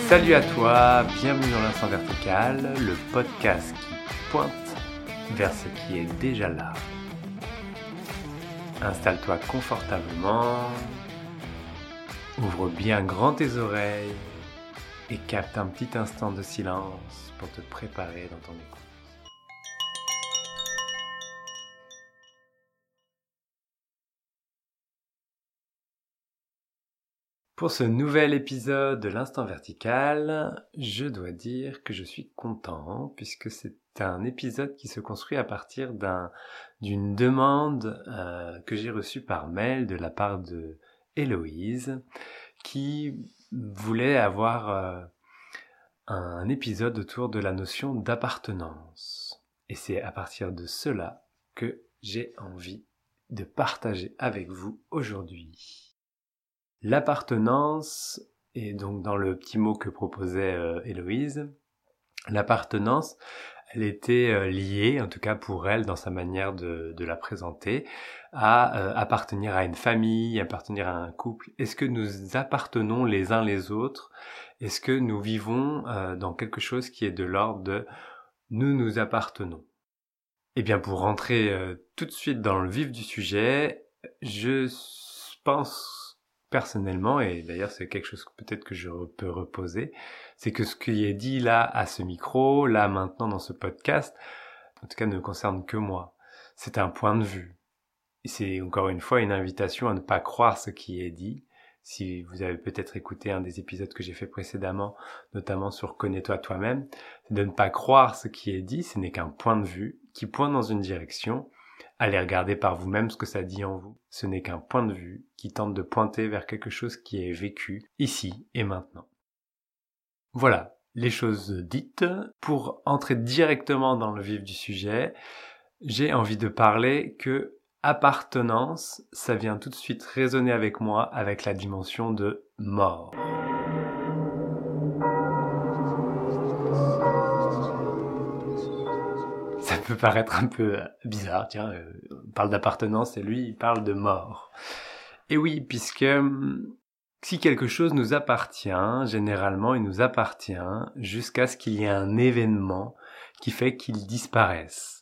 Salut à toi, bienvenue dans l'Instant Vertical, le podcast qui pointe vers ce qui est déjà là. Installe-toi confortablement, ouvre bien grand tes oreilles et capte un petit instant de silence pour te préparer dans ton écoute. Pour ce nouvel épisode de l'Instant Vertical, je dois dire que je suis content puisque c'est un épisode qui se construit à partir d'une demande que j'ai reçue par mail de la part de Héloïse qui voulait avoir un épisode autour de la notion d'appartenance. Et c'est à partir de cela que j'ai envie de partager avec vous aujourd'hui. L'appartenance, et donc dans le petit mot que proposait Héloïse, l'appartenance, elle était liée, en tout cas pour elle, dans sa manière de la présenter, à appartenir à une famille, appartenir à un couple. Est-ce que nous appartenons les uns les autres ? Est-ce que nous vivons dans quelque chose qui est de l'ordre de « nous appartenons » ? Eh bien, pour rentrer tout de suite dans le vif du sujet, je pense personnellement, et d'ailleurs c'est quelque chose peut-être que je peux reposer, c'est que ce qui est dit là à ce micro, là maintenant dans ce podcast, en tout cas ne concerne que moi. C'est un point de vue. Et c'est encore une fois une invitation à ne pas croire ce qui est dit. Si vous avez peut-être écouté un des épisodes que j'ai fait précédemment, notamment sur Connais-toi toi-même, c'est de ne pas croire ce qui est dit, ce n'est qu'un point de vue qui pointe dans une direction. Allez regarder par vous-même ce que ça dit en vous. Ce n'est qu'un point de vue qui tente de pointer vers quelque chose qui est vécu ici et maintenant. Voilà, les choses dites. Pour entrer directement dans le vif du sujet, j'ai envie de parler que appartenance, ça vient tout de suite résonner avec moi avec la dimension de mort. Ça peut paraître un peu bizarre, tiens, on parle d'appartenance et lui, il parle de mort. Et oui, puisque si quelque chose nous appartient, généralement, il nous appartient jusqu'à ce qu'il y ait un événement qui fait qu'il disparaisse.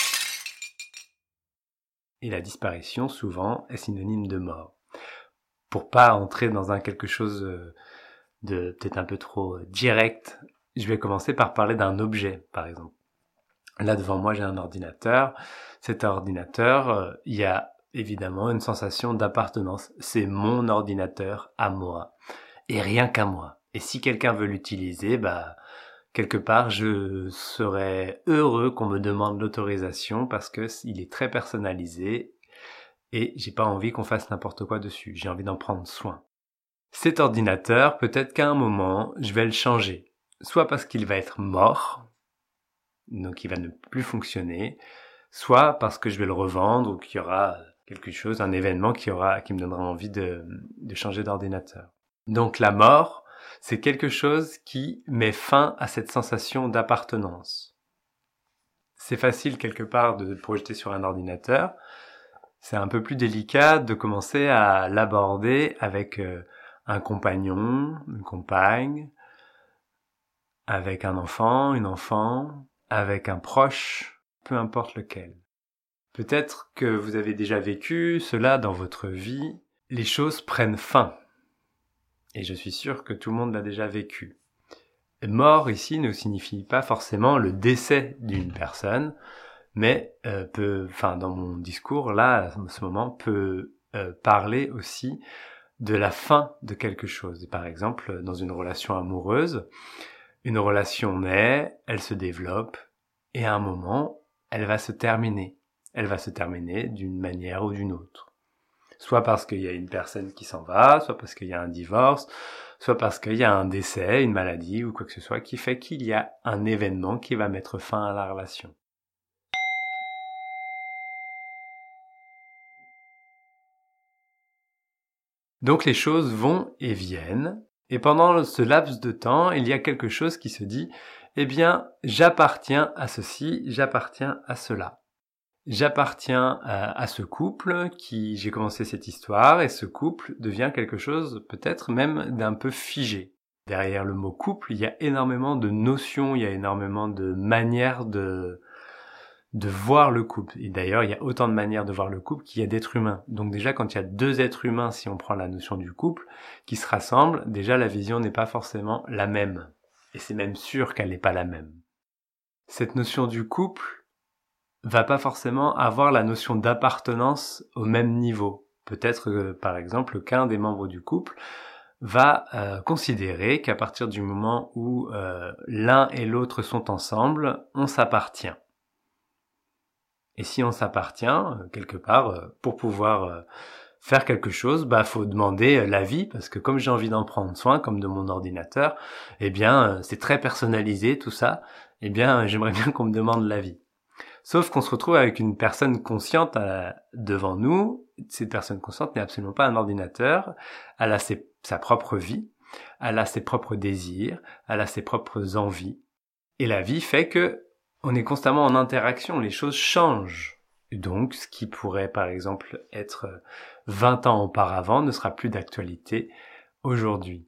Et la disparition, souvent, est synonyme de mort. Pour pas entrer dans quelque chose de peut-être un peu trop direct, je vais commencer par parler d'un objet, par exemple. Là, devant moi, j'ai un ordinateur. Cet ordinateur, il y a évidemment une sensation d'appartenance. C'est mon ordinateur à moi. Et rien qu'à moi. Et si quelqu'un veut l'utiliser, quelque part, je serais heureux qu'on me demande l'autorisation parce que il est très personnalisé et j'ai pas envie qu'on fasse n'importe quoi dessus. J'ai envie d'en prendre soin. Cet ordinateur, peut-être qu'à un moment, je vais le changer. Soit parce qu'il va être mort, donc il va ne plus fonctionner, soit parce que je vais le revendre ou qu'il y aura quelque chose, un événement qui me donnera envie de changer d'ordinateur. Donc la mort, c'est quelque chose qui met fin à cette sensation d'appartenance. C'est facile quelque part de projeter sur un ordinateur, c'est un peu plus délicat de commencer à l'aborder avec un compagnon, une compagne, avec un enfant, une enfant, avec un proche, peu importe lequel. Peut-être que vous avez déjà vécu cela dans votre vie, les choses prennent fin. Et je suis sûr que tout le monde l'a déjà vécu. Mort ici ne signifie pas forcément le décès d'une personne, mais dans mon discours là, à ce moment, peut parler aussi de la fin de quelque chose. Par exemple, dans une relation amoureuse, une relation naît, elle se développe, et à un moment, elle va se terminer. Elle va se terminer d'une manière ou d'une autre. Soit parce qu'il y a une personne qui s'en va, soit parce qu'il y a un divorce, soit parce qu'il y a un décès, une maladie ou quoi que ce soit qui fait qu'il y a un événement qui va mettre fin à la relation. Donc les choses vont et viennent, et pendant ce laps de temps, il y a quelque chose qui se dit « Eh bien, j'appartiens à ceci, j'appartiens à cela. » J'appartiens à ce couple j'ai commencé cette histoire, et ce couple devient quelque chose peut-être même d'un peu figé. Derrière le mot couple, il y a énormément de notions, il y a énormément de manières de voir le couple. Et d'ailleurs, il y a autant de manières de voir le couple qu'il y a d'êtres humains. Donc déjà, quand il y a deux êtres humains, si on prend la notion du couple, qui se rassemblent, déjà la vision n'est pas forcément la même. Et c'est même sûr qu'elle n'est pas la même. Cette notion du couple va pas forcément avoir la notion d'appartenance au même niveau. Peut-être que, par exemple, qu'un des membres du couple va considérer qu'à partir du moment où l'un et l'autre sont ensemble, on s'appartient. Et si on s'appartient, quelque part, pour pouvoir faire quelque chose, faut demander l'avis, parce que comme j'ai envie d'en prendre soin, comme de mon ordinateur, c'est très personnalisé tout ça, j'aimerais bien qu'on me demande l'avis. Sauf qu'on se retrouve avec une personne consciente devant nous. Cette personne consciente n'est absolument pas un ordinateur, elle a sa propre vie, elle a ses propres désirs, elle a ses propres envies. Et la vie fait que on est constamment en interaction, les choses changent. Et donc, ce qui pourrait, par exemple, être 20 ans auparavant ne sera plus d'actualité aujourd'hui.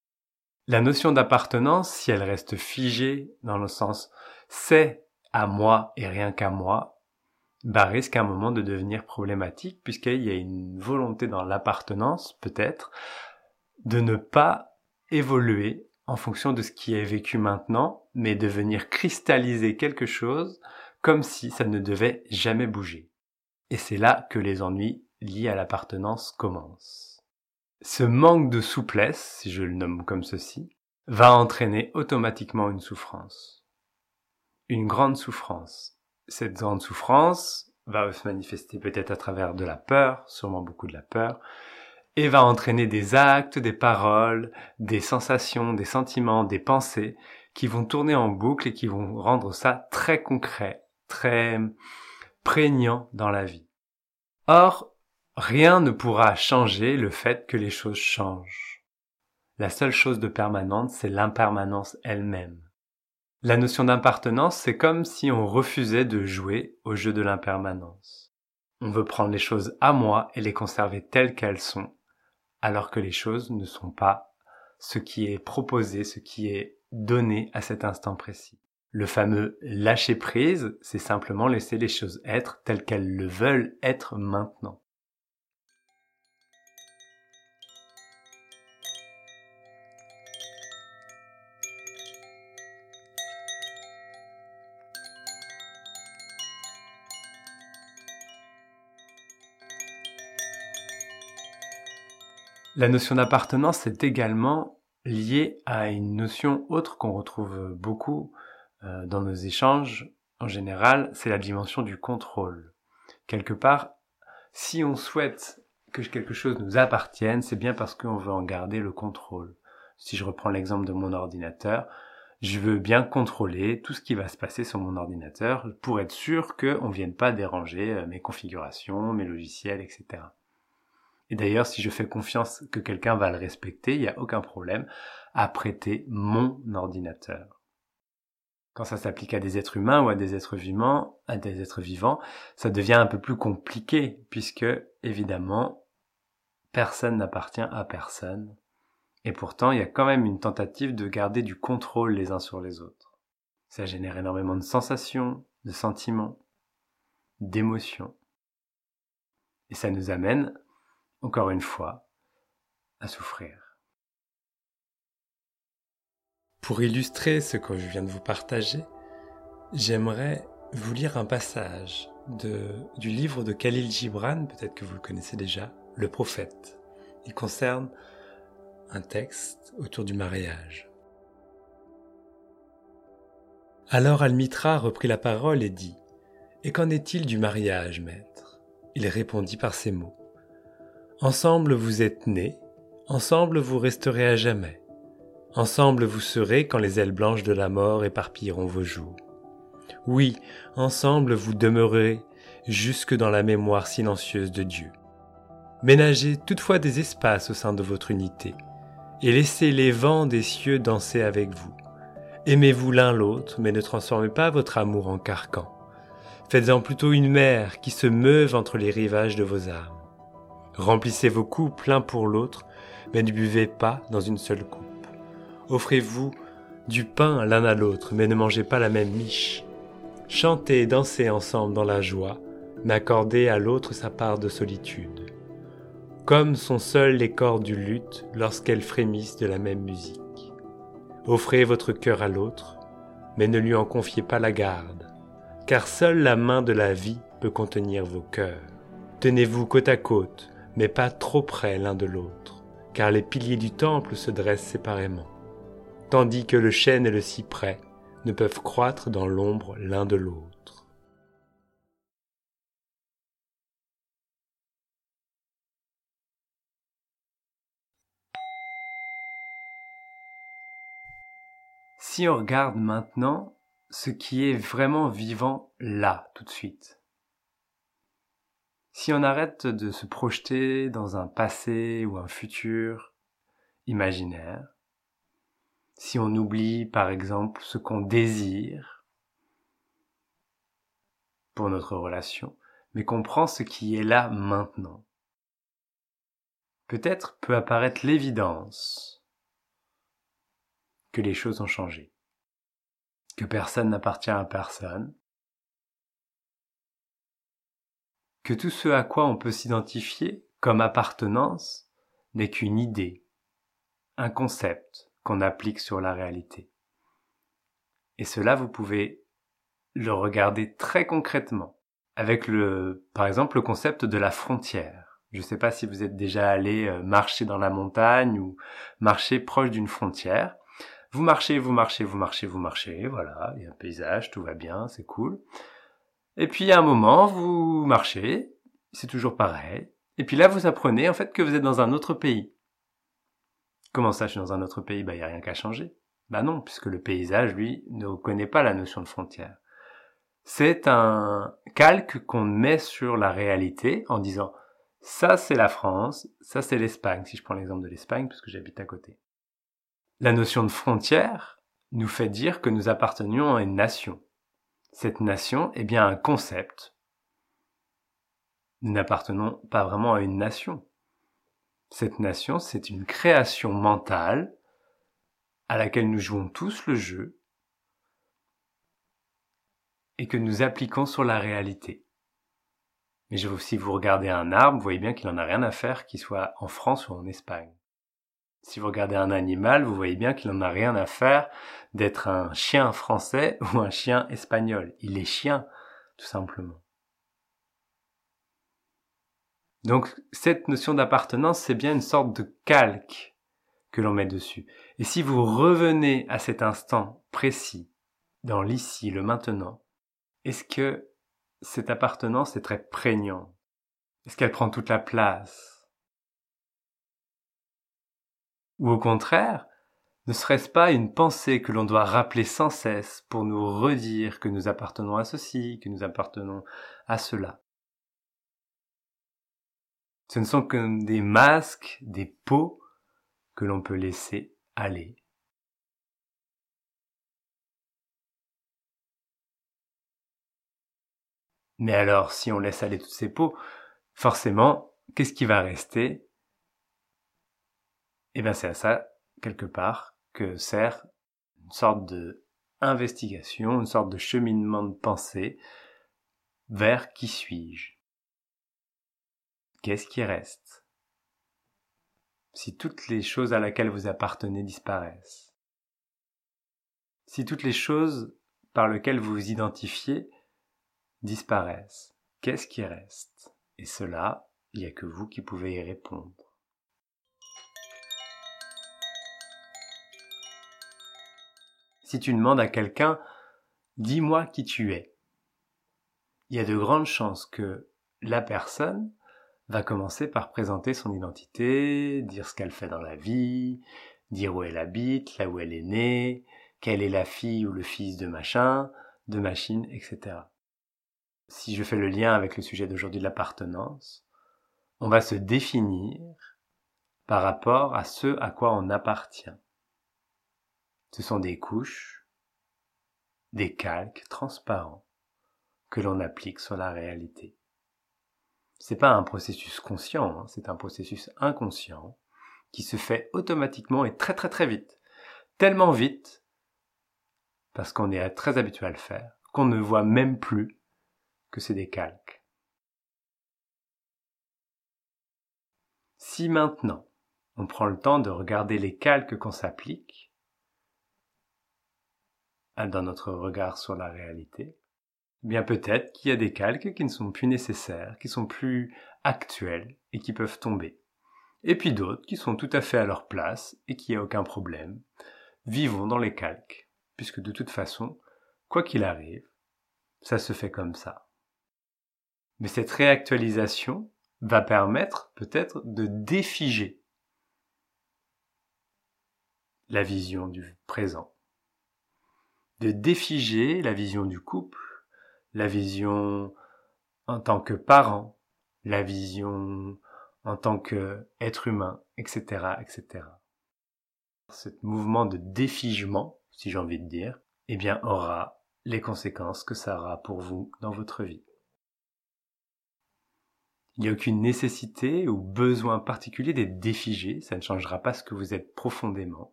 La notion d'appartenance, si elle reste figée dans le sens « c'est à moi et rien qu'à moi », risque à un moment de devenir problématique, puisqu'il y a une volonté dans l'appartenance, peut-être, de ne pas évoluer en fonction de ce qui est vécu maintenant, mais de venir cristalliser quelque chose comme si ça ne devait jamais bouger. Et c'est là que les ennuis liés à l'appartenance commencent. Ce manque de souplesse, si je le nomme comme ceci, va entraîner automatiquement une souffrance. Une grande souffrance. Cette grande souffrance va se manifester peut-être à travers de la peur, sûrement beaucoup de la peur, et va entraîner des actes, des paroles, des sensations, des sentiments, des pensées qui vont tourner en boucle et qui vont rendre ça très concret, très prégnant dans la vie. Or, rien ne pourra changer le fait que les choses changent. La seule chose de permanente, c'est l'impermanence elle-même. La notion d'appartenance, c'est comme si on refusait de jouer au jeu de l'impermanence. On veut prendre les choses à moi et les conserver telles qu'elles sont, alors que les choses ne sont pas ce qui est proposé, ce qui est donné à cet instant précis. Le fameux lâcher prise, c'est simplement laisser les choses être telles qu'elles le veulent être maintenant. La notion d'appartenance est également liée à une notion autre qu'on retrouve beaucoup dans nos échanges. En général, c'est la dimension du contrôle. Quelque part, si on souhaite que quelque chose nous appartienne, c'est bien parce qu'on veut en garder le contrôle. Si je reprends l'exemple de mon ordinateur, je veux bien contrôler tout ce qui va se passer sur mon ordinateur pour être sûr qu'on ne vienne pas déranger mes configurations, mes logiciels, etc. Et d'ailleurs, si je fais confiance que quelqu'un va le respecter, il n'y a aucun problème à prêter mon ordinateur. Quand ça s'applique à des êtres humains ou à des êtres vivants, ça devient un peu plus compliqué puisque, évidemment, personne n'appartient à personne. Et pourtant, il y a quand même une tentative de garder du contrôle les uns sur les autres. Ça génère énormément de sensations, de sentiments, d'émotions. Et ça nous amène, encore une fois, à souffrir. Pour illustrer ce que je viens de vous partager, j'aimerais vous lire un passage du livre de Khalil Gibran, peut-être que vous le connaissez déjà, Le Prophète. Il concerne un texte autour du mariage. Alors Al-Mitra reprit la parole et dit « Et qu'en est-il du mariage, maître ?» Il répondit par ces mots « Ensemble vous êtes nés, ensemble vous resterez à jamais. Ensemble vous serez quand les ailes blanches de la mort éparpilleront vos joues. Oui, ensemble vous demeurerez jusque dans la mémoire silencieuse de Dieu. Ménagez toutefois des espaces au sein de votre unité, et laissez les vents des cieux danser avec vous. Aimez-vous l'un l'autre, mais ne transformez pas votre amour en carcan. Faites-en plutôt une mer qui se meuve entre les rivages de vos âmes. Remplissez vos coupes l'un pour l'autre, mais ne buvez pas dans une seule coupe. Offrez-vous du pain l'un à l'autre, mais ne mangez pas la même miche. Chantez et dansez ensemble dans la joie, mais accordez à l'autre sa part de solitude. Comme sont seules les cordes du luth lorsqu'elles frémissent de la même musique. Offrez votre cœur à l'autre, mais ne lui en confiez pas la garde, car seule la main de la vie peut contenir vos cœurs. Tenez-vous côte à côte, mais pas trop près l'un de l'autre, car les piliers du temple se dressent séparément, tandis que le chêne et le cyprès ne peuvent croître dans l'ombre l'un de l'autre. Si on regarde maintenant ce qui est vraiment vivant là, tout de suite. Si on arrête de se projeter dans un passé ou un futur imaginaire, si on oublie par exemple ce qu'on désire pour notre relation, mais qu'on prend ce qui est là maintenant, peut-être peut apparaître l'évidence que les choses ont changé, que personne n'appartient à personne, que tout ce à quoi on peut s'identifier comme appartenance n'est qu'une idée, un concept qu'on applique sur la réalité. Et cela, vous pouvez le regarder très concrètement avec par exemple, le concept de la frontière. Je ne sais pas si vous êtes déjà allé marcher dans la montagne ou marcher proche d'une frontière. Vous marchez, voilà, il y a un paysage, tout va bien, c'est cool. Et puis à un moment, vous marchez, c'est toujours pareil. Et puis là, vous apprenez en fait que vous êtes dans un autre pays. Comment ça, je suis dans un autre pays? Il n'y a rien qu'à changer. Non, puisque le paysage, lui, ne connaît pas la notion de frontière. C'est un calque qu'on met sur la réalité en disant ça c'est la France, ça c'est l'Espagne, si je prends l'exemple de l'Espagne, puisque j'habite à côté. La notion de frontière nous fait dire que nous appartenions à une nation. Cette nation est bien un concept. Nous n'appartenons pas vraiment à une nation. Cette nation, c'est une création mentale à laquelle nous jouons tous le jeu et que nous appliquons sur la réalité. Mais si vous regardez un arbre, vous voyez bien qu'il n'en a rien à faire qu'il soit en France ou en Espagne. Si vous regardez un animal, vous voyez bien qu'il n'en a rien à faire d'être un chien français ou un chien espagnol. Il est chien, tout simplement. Donc, cette notion d'appartenance, c'est bien une sorte de calque que l'on met dessus. Et si vous revenez à cet instant précis, dans l'ici, le maintenant, est-ce que cette appartenance est très prégnante? Est-ce qu'elle prend toute la place? Ou au contraire, ne serait-ce pas une pensée que l'on doit rappeler sans cesse pour nous redire que nous appartenons à ceci, que nous appartenons à cela? Ce ne sont que des masques, des peaux que l'on peut laisser aller. Mais alors, si on laisse aller toutes ces peaux, forcément, qu'est-ce qui va rester? C'est à ça, quelque part, que sert une sorte de investigation, une sorte de cheminement de pensée vers qui suis-je? Qu'est-ce qui reste? Si toutes les choses à laquelle vous appartenez disparaissent, si toutes les choses par lesquelles vous vous identifiez disparaissent, qu'est-ce qui reste? Et cela, il n'y a que vous qui pouvez y répondre. Si tu demandes à quelqu'un, dis-moi qui tu es, il y a de grandes chances que la personne va commencer par présenter son identité, dire ce qu'elle fait dans la vie, dire où elle habite, là où elle est née, quelle est la fille ou le fils de machin, de machine, etc. Si je fais le lien avec le sujet d'aujourd'hui de l'appartenance, on va se définir par rapport à ce à quoi on appartient. Ce sont des couches, des calques transparents que l'on applique sur la réalité. C'est pas un processus conscient, c'est un processus inconscient qui se fait automatiquement et très très très vite. tellement vite, parce qu'on est très habitué à le faire, qu'on ne voit même plus que c'est des calques. Si maintenant, on prend le temps de regarder les calques qu'on s'applique dans notre regard sur la réalité, eh bien peut-être qu'il y a des calques qui ne sont plus nécessaires, qui sont plus actuels et qui peuvent tomber. Et puis d'autres qui sont tout à fait à leur place et qui n'y a aucun problème. Vivons dans les calques, puisque de toute façon, quoi qu'il arrive, ça se fait comme ça. Mais cette réactualisation va permettre peut-être de défiger la vision du présent, de défiger la vision du couple, la vision en tant que parent, la vision en tant qu'être humain, etc., etc. Ce mouvement de défigement, si j'ai envie de dire, eh bien, aura les conséquences que ça aura pour vous dans votre vie. Il n'y a aucune nécessité ou besoin particulier d'être défigé, ça ne changera pas ce que vous êtes profondément.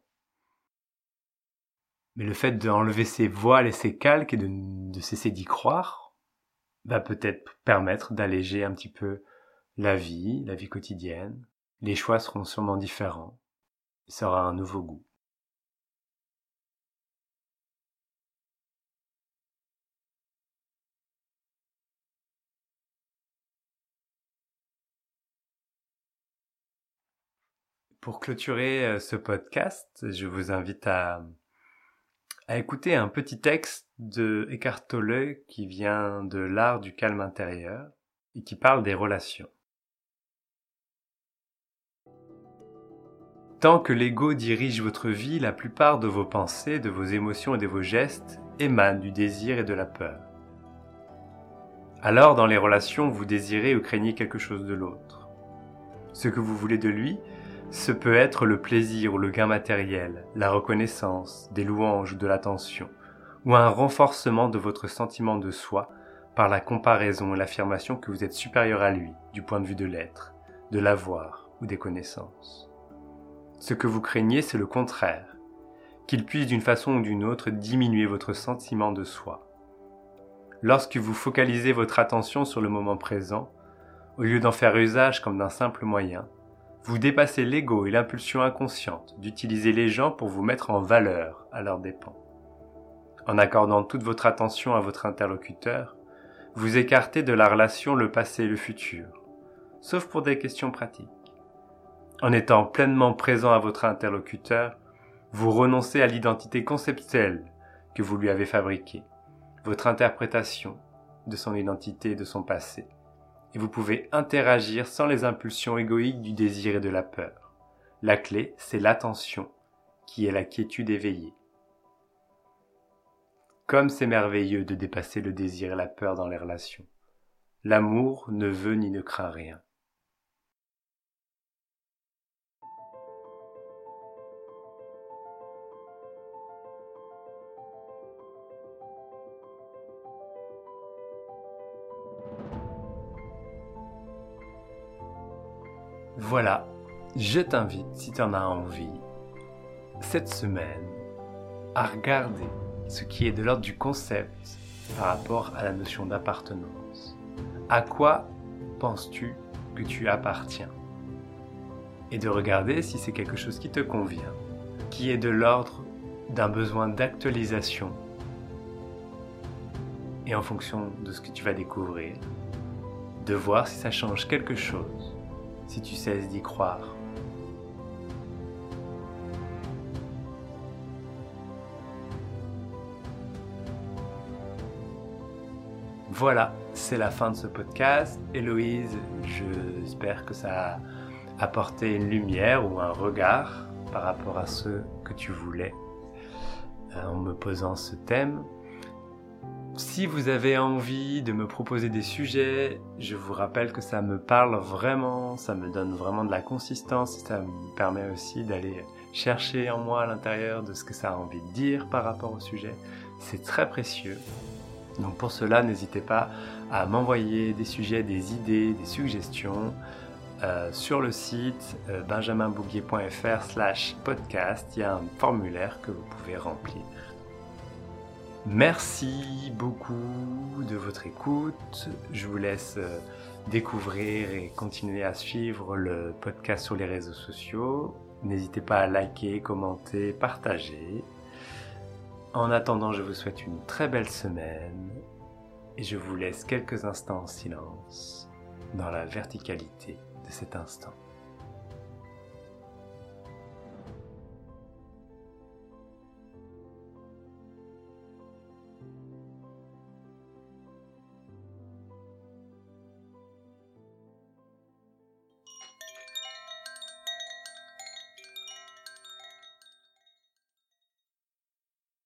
Mais le fait d'enlever ces voiles et ces calques et de cesser d'y croire va peut-être permettre d'alléger un petit peu la vie quotidienne. Les choix seront sûrement différents. Ça aura un nouveau goût. Pour clôturer ce podcast, je vous invite à écouter un petit texte de Eckhart Tolle qui vient de l'art du calme intérieur et qui parle des relations. Tant que l'ego dirige votre vie, la plupart de vos pensées, de vos émotions et de vos gestes émanent du désir et de la peur. Alors, dans les relations, vous désirez ou craignez quelque chose de l'autre. Ce que vous voulez de lui, ce peut être le plaisir ou le gain matériel, la reconnaissance, des louanges ou de l'attention, ou un renforcement de votre sentiment de soi par la comparaison et l'affirmation que vous êtes supérieur à lui, du point de vue de l'être, de l'avoir ou des connaissances. Ce que vous craignez, c'est le contraire, qu'il puisse d'une façon ou d'une autre diminuer votre sentiment de soi. Lorsque vous focalisez votre attention sur le moment présent, au lieu d'en faire usage comme d'un simple moyen, vous dépassez l'ego et l'impulsion inconsciente d'utiliser les gens pour vous mettre en valeur à leurs dépens. En accordant toute votre attention à votre interlocuteur, vous écartez de la relation le passé et le futur, sauf pour des questions pratiques. En étant pleinement présent à votre interlocuteur, vous renoncez à l'identité conceptuelle que vous lui avez fabriquée, votre interprétation de son identité et de son passé, et vous pouvez interagir sans les impulsions égoïques du désir et de la peur. La clé, c'est l'attention, qui est la quiétude éveillée. Comme c'est merveilleux de dépasser le désir et la peur dans les relations. L'amour ne veut ni ne craint rien. Voilà, je t'invite, si tu en as envie, cette semaine, à regarder ce qui est de l'ordre du concept par rapport à la notion d'appartenance. À quoi penses-tu que tu appartiens? Et de regarder si c'est quelque chose qui te convient, qui est de l'ordre d'un besoin d'actualisation. Et en fonction de ce que tu vas découvrir, de voir si ça change quelque chose, si tu cesses d'y croire. Voilà, c'est la fin de ce podcast. Héloïse, j'espère que ça a apporté une lumière ou un regard par rapport à ce que tu voulais en me posant ce thème. Si vous avez envie de me proposer des sujets, je vous rappelle que ça me parle vraiment, ça me donne vraiment de la consistance, et ça me permet aussi d'aller chercher en moi à l'intérieur de ce que ça a envie de dire par rapport au sujet. C'est très précieux. Donc pour cela, n'hésitez pas à m'envoyer des sujets, des idées, des suggestions sur le site benjaminbouguier.fr/podcast, il y a un formulaire que vous pouvez remplir. Merci beaucoup de votre écoute. Je vous laisse découvrir et continuer à suivre le podcast sur les réseaux sociaux. N'hésitez pas à liker, commenter, partager. En attendant, je vous souhaite une très belle semaine et je vous laisse quelques instants en silence dans la verticalité de cet instant.